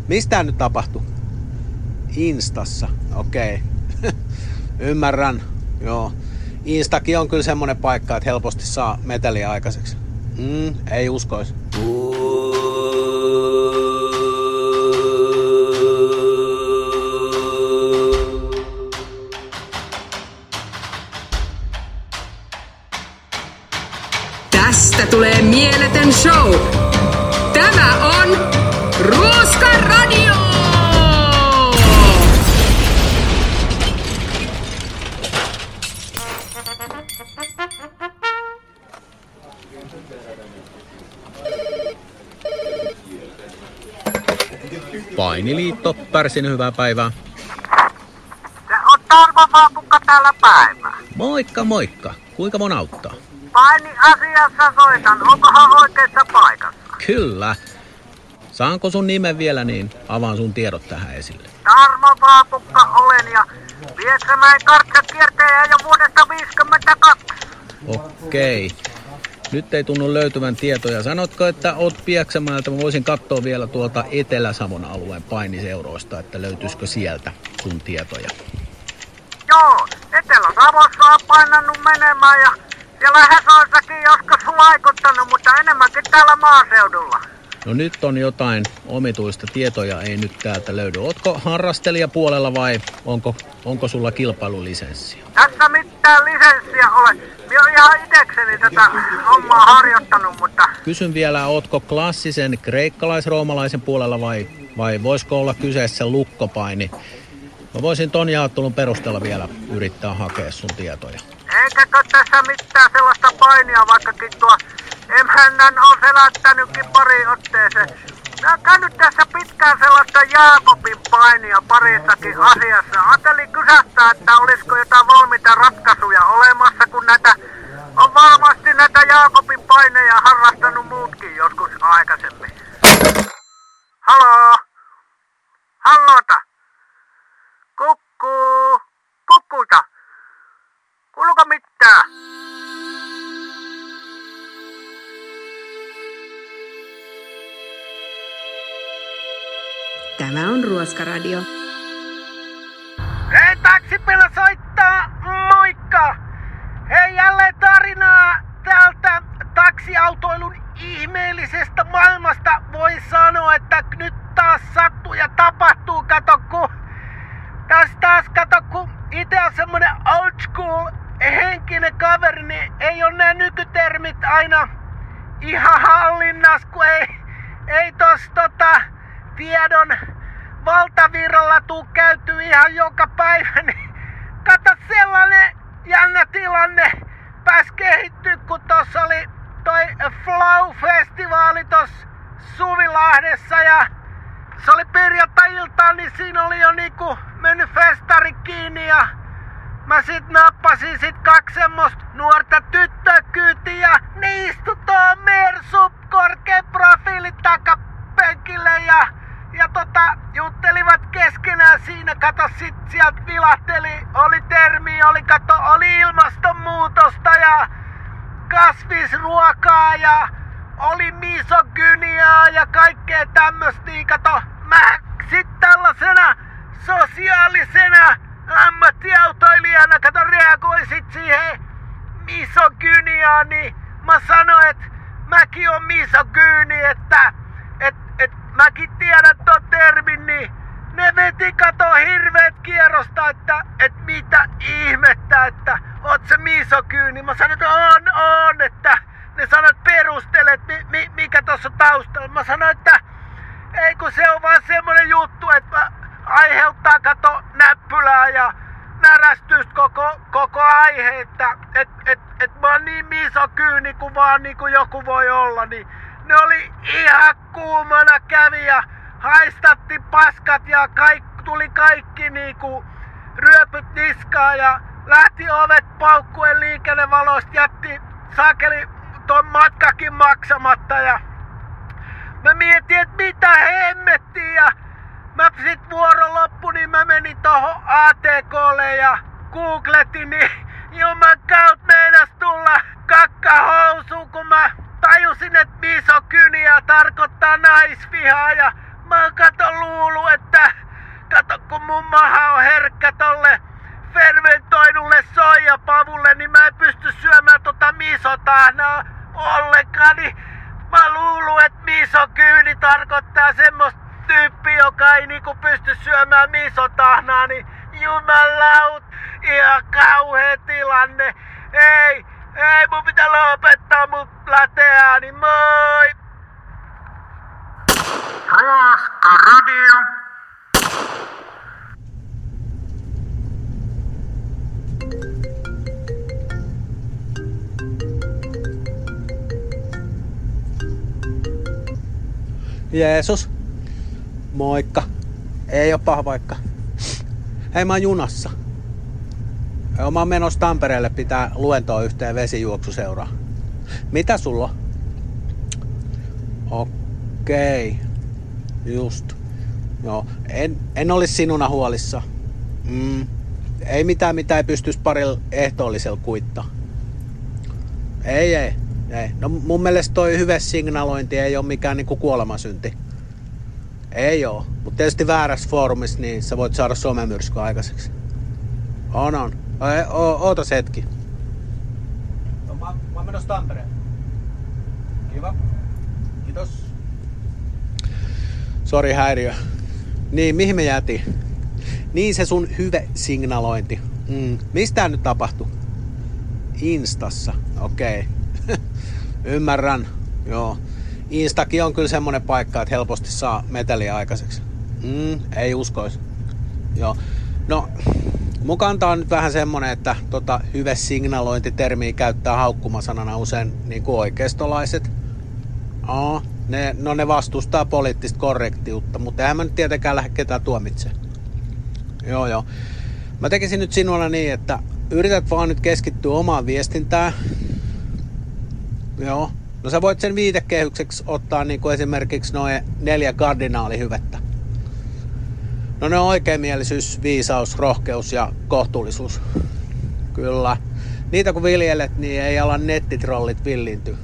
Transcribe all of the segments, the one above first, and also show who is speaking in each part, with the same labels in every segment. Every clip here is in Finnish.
Speaker 1: Mistä tää nyt tapahtui? Instassa, okei. Ymmärrän, joo. Instakin on kyllä semmonen paikka, että helposti saa meteliä aikaiseksi. Ei uskois.
Speaker 2: Tästä tulee mieletön show. Tämä on Ruoskaradio!
Speaker 1: Painiliitto, Pärsin hyvää päivää.
Speaker 3: Se on Tarmo Vaapukka täällä päivää.
Speaker 1: Moikka, moikka. Kuinka mun auttaa?
Speaker 3: Paini-asiassa soitan. Onkohan oikeassa paikassa?
Speaker 1: Kyllä. Saanko sun nimen vielä, niin avaan sun tiedot tähän esille.
Speaker 3: Tarmo Vaapukka olen ja Pieksämäen kartsakiertäjä jo vuodesta 1952.
Speaker 1: Okei. Nyt ei tunnu löytyvän tietoja. Sanotko, että oot Pieksämäeltä? Mä voisin katsoa vielä tuolta Etelä-Savon alueen painiseuroista, että löytyisikö sieltä sun tietoja.
Speaker 3: Joo, Etelä-Savossa on painanut menemään ja siellä Hesoissakin joskus vaikuttanut, mutta enemmänkin täällä maaseudulla.
Speaker 1: No nyt on jotain omituista tietoja, ei nyt täältä löydy. Ootko harrastelijapuolella vai onko sulla kilpailulisenssiä?
Speaker 3: Tässä mitään lisenssiä ole. Minä olen ihan itekseni tätä hommaa harjoittanut, mutta...
Speaker 1: Kysyn vielä, ootko klassisen kreikkalais-roomalaisen puolella vai voisiko olla kyseessä lukkopaini? Mä voisin ton jaottelun perusteella vielä yrittää hakea sun tietoja.
Speaker 3: Eikäkö tässä mitään sellaista painia, vaikkakin tuo emännän on selättänytkin pari otteeseen. Mä oon käynyt tässä pitkään sellaista Jaakobin painia parissakin asiassa. Ajattelin kysähtää, että olisiko jotain valmiita ratkaisuja olemassa, kun näitä on varmasti näitä Jaakobin paineja harrastanut muutkin joskus aikaisemmin. Haloo? Hallota? Kukkuu? Kukkuita? Kuuluuko mitään?
Speaker 2: Tämä on Ruoskaradio.
Speaker 3: Hei, taksipilla soittaa, moikka! Hei, jälleen tarinaa täältä taksiautoilun ihmeellisestä maailmasta. Voi sanoa, että nyt taas sattuu ja tapahtuu, kun itse on semmonen old school henkinen kaveri, niin ei ole nämä nykytermit aina ihan hallinnassa, kun ei tiedon valtavirralla tuu käyty ihan joka päivä, niin kato sellainen jännä tilanne pääs kehittyä, kun tossa oli toi Flow-festivaali tossa Suvilahdessa ja se oli perjantai-iltaan, niin siinä oli jo niinku mennyt festari kiinni ja mä sit nappasin kaksi semmoista nuorta tyttöä kyytiin ja ne istui tuohon Mersu korkean profiilin takapenkille ja juttelivat keskenään siinä, kato sit sieltä vilahteli, oli termi, oli ilmastonmuutosta ja kasvisruokaa ja oli misogyniaa ja kaikkea tämmöstä, niin kato, mä sit tällaisena sosiaalisena ammattiautoilijana, kato, reagoisit siihen misogyniaan, niin mä sanoin, että mäkin on misogyyni, että mäkin tiedän ton termin, niin ne veti kato hirveet kierrosta, että mitä ihmettä, että oot se misogyyni. Mä sanoin, että on, että ne sanoit perustele, että mikä tossa taustalla. Mä sanoin, että ei kun se on vaan semmonen juttu, että aiheuttaa kato näppylää ja närästystä koko aihe, että mä oon niin misogyyni kuin vaan niinku joku voi olla, niin ne oli ihan kuumana kävi ja haistatti paskat ja tuli kaikki niinku ryöpyt niskaan ja lähti ovet paukkuen liikennevaloista, jätti sakeli ton matkakin maksamatta ja mä mietin, että mitä hemmettiin ja mä sit vuoron loppu, niin mä menin tohon ATK:lle ja googletin, niin jumakauts meinas tulla kakkahousuun, kun mä tajusin, että misogynia tarkoittaa naisvihaa ja mä katon ja Pavulle, niin mä en pysty syömään misotahnaa ollenkaan, niin mä luulen, että misokyyni tarkoittaa semmoista tyyppiä, joka ei niinku pysty syömään misotahnaa, niin jumalaut, ihan kauhea tilanne. Ei, mun pitää lopettaa mun läteääni, moi! Ruoskaradio.
Speaker 1: Jeesus. Moikka. Ei oo paha paikka. Hei, mä oon junassa. Mä oon menossa Tampereelle pitää luentoa yhteen vesijuoksuseuraan. Mitä sulla on? Okei. Just. Joo. En olis sinuna huolissa. Ei mitään, mitä ei pystyis parilla ehtoollisella kuittaa. Ei. No mun mielestä toi hyvesignalointi ei oo mikään niinku kuolemasynti. Ei oo. Mut tietysti väärässä foorumissa niin sä voit saada somemyrskyä aikaiseksi. On. Ootas hetki. No, mä oon menossa Tampereen. Kiva. Kiitos. Sori häiriö. Niin, mihin me jäätiin? Niin, se sun hyvesignalointi. Mistä tää nyt tapahtui? Instassa. Okei. Ymmärrän. Joo. Instakin on kyllä semmonen paikka, että helposti saa meteliä aikaiseksi. Ei uskois. Joo. No, mun kanta on nyt vähän semmonen, että hyvesignalointitermiä käyttää haukkumasanana usein niinku oikeistolaiset. Ne vastustaa poliittista korrektiutta, mutta eihän mä nyt tietenkään lähde ketään tuomitse. Joo. Mä tekisin nyt sinulla niin, että yrität vaan nyt keskittyä omaan viestintään. Joo. No sä voit sen viitekehykseksi ottaa niinku esimerkiksi noin 4 kardinaalihyvettä. No ne on oikeamielisyys, viisaus, rohkeus ja kohtuullisuus. Kyllä. Niitä kun viljelet, niin ei ala nettitrollit villinty.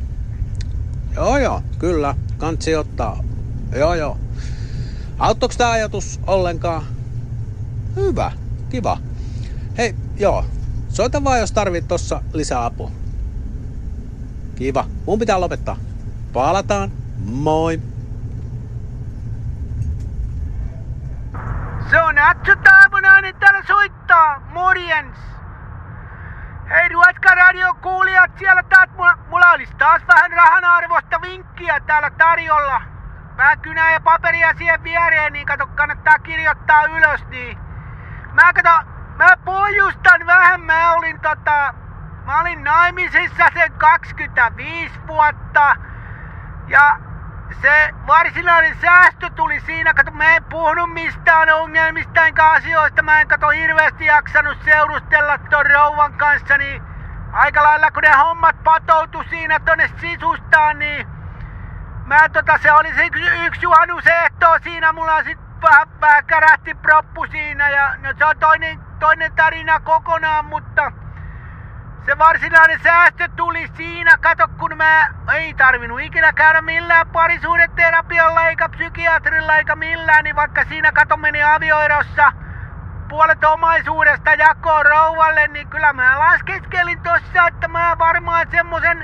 Speaker 1: Joo, kyllä. Kantsi ottaa. Joo. Auttoiko tää ajatus ollenkaan? Hyvä. Kiva. Hei, joo. Soita vaan, jos tarvit tossa lisää apua. Kiva. Mun pitää lopettaa. Palataan. Moi.
Speaker 3: Se on Atso Taavonainen täällä soittaa. Morjens. Hei Ruoskaradio kuulijat, siellä taas mulla olisi taas vähän rahan arvosta vinkkiä täällä tarjolla. Vähän kynää ja paperia siihen viereen, niin kato, kannattaa kirjoittaa ylös, niin. Mä pohjustan vähän, mä olin naimisissa sen 25 vuotta. Ja se varsinainen säästö tuli siinä, kato, mä en puhunut mistään ongelmista enkä asioista, mä en hirveästi jaksanut seurustella ton rouvan kanssa, niin aika lailla kun ne hommat patoutu siinä tonne sisustaan, niin se oli se yksi juhannusehtoo siinä, mulla sit vähän kärähti proppu siinä ja no se on toinen tarina kokonaan, mutta se varsinainen säästö tuli siinä, kato kun mä ei tarvinnut ikinä käydä millään parisuhdeterapialla eikä psykiatrilla eikä millään, niin vaikka siinä kato meni avioerossa puolet omaisuudesta jakoon rouvalle, niin kyllä mä laskeskelin tossa, että mä varmaan semmosen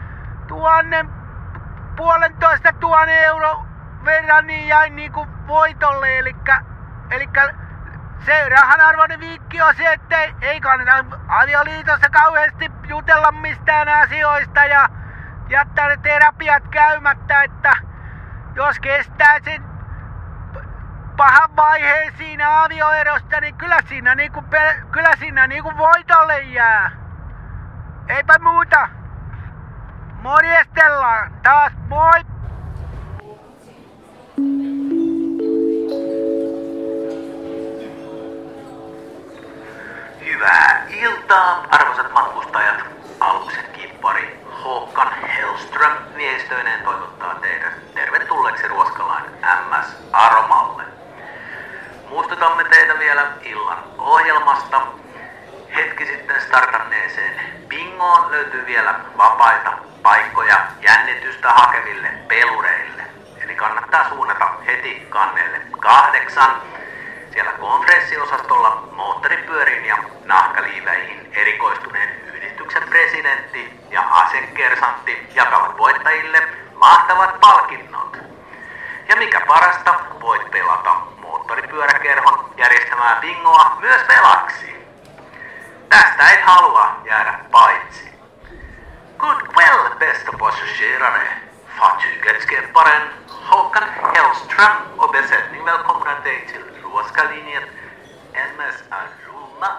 Speaker 3: 1,5 euro verran niin jäin niinku voitolle, elikkä se rahanarvoinen vinkki on se, että ei kannata avioliitossa kauheasti jutella mistään asioista ja jättää ne terapiat käymättä, että jos kestää sen pahan vaiheen siinä avioerosta, niin kyllä siinä niinku voitolle jää. Eipä muuta. Morjestellaan taas, moi!
Speaker 4: Hyvää iltaa, arvoisat matkustajat. Aluksen kippari Håkan Hellström miehistöineen toivottaa teidät tervetulleeksi Ruoskalaan MS Aromalle. Muistutamme teitä vielä illan ohjelmasta. Hetki sitten startanneeseen bingoon löytyy vielä vapaita paikkoja jännitystä hakeville pelureille. Eli kannattaa suunnata heti kanneelle 8. Siellä konferenssiosastolla moottori pyörii huumorin ja nahkaliiveihin erikoistuneen yhdistyksen presidentti ja asekersantti jakavat voittajille mahtavat palkinnot. Ja mikä parasta, voit pelata moottoripyöräkerhon järjestämää bingoa myös velaksi. Tästä et halua jäädä paitsi. Goodwill, bästa passagerare. Fartygets-skepparen Håkan Hellström och besättning välkomnar dig till Ruoskalinjen MS Aruna.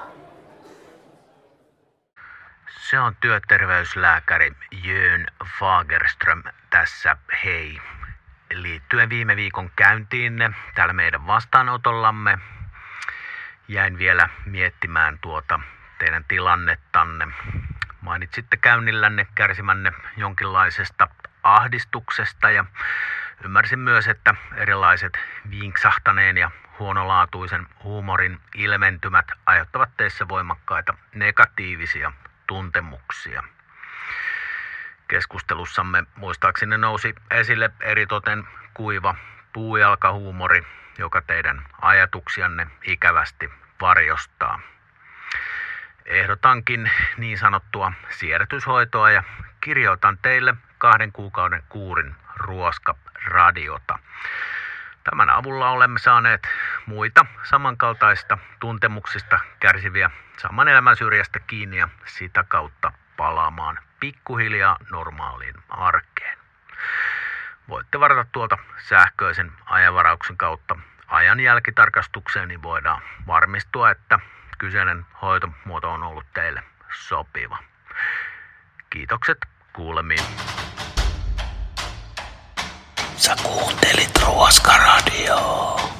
Speaker 1: Se on työterveyslääkäri Jön Fagerström tässä, hei. Liittyen viime viikon käyntiinne täällä meidän vastaanotollamme, jäin vielä miettimään tuota teidän tilannettanne. Mainitsitte käynnillänne kärsimänne jonkinlaisesta ahdistuksesta ja ymmärsin myös, että erilaiset vinksahtaneen ja huonolaatuisen huumorin ilmentymät aiheuttavat teissä voimakkaita negatiivisia tuntemuksia. Keskustelussamme muistaakseni nousi esille eritoten kuiva puujalkahuumori, joka teidän ajatuksianne ikävästi varjostaa. Ehdotankin niin sanottua siedätyshoitoa ja kirjoitan teille 2 kuukauden kuurin Ruoskaradiota. Tämän avulla olemme saaneet muita samankaltaista tuntemuksista kärsiviä saman elämän syrjästä kiinni ja sitä kautta palaamaan pikkuhiljaa normaaliin arkeen. Voitte varata tuolta sähköisen ajanvarauksen kautta ajan jälkitarkastukseen, niin voidaan varmistua, että kyseinen hoitomuoto on ollut teille sopiva. Kiitokset kuulemiin. Sä kuuntelit Ruoskaradioa.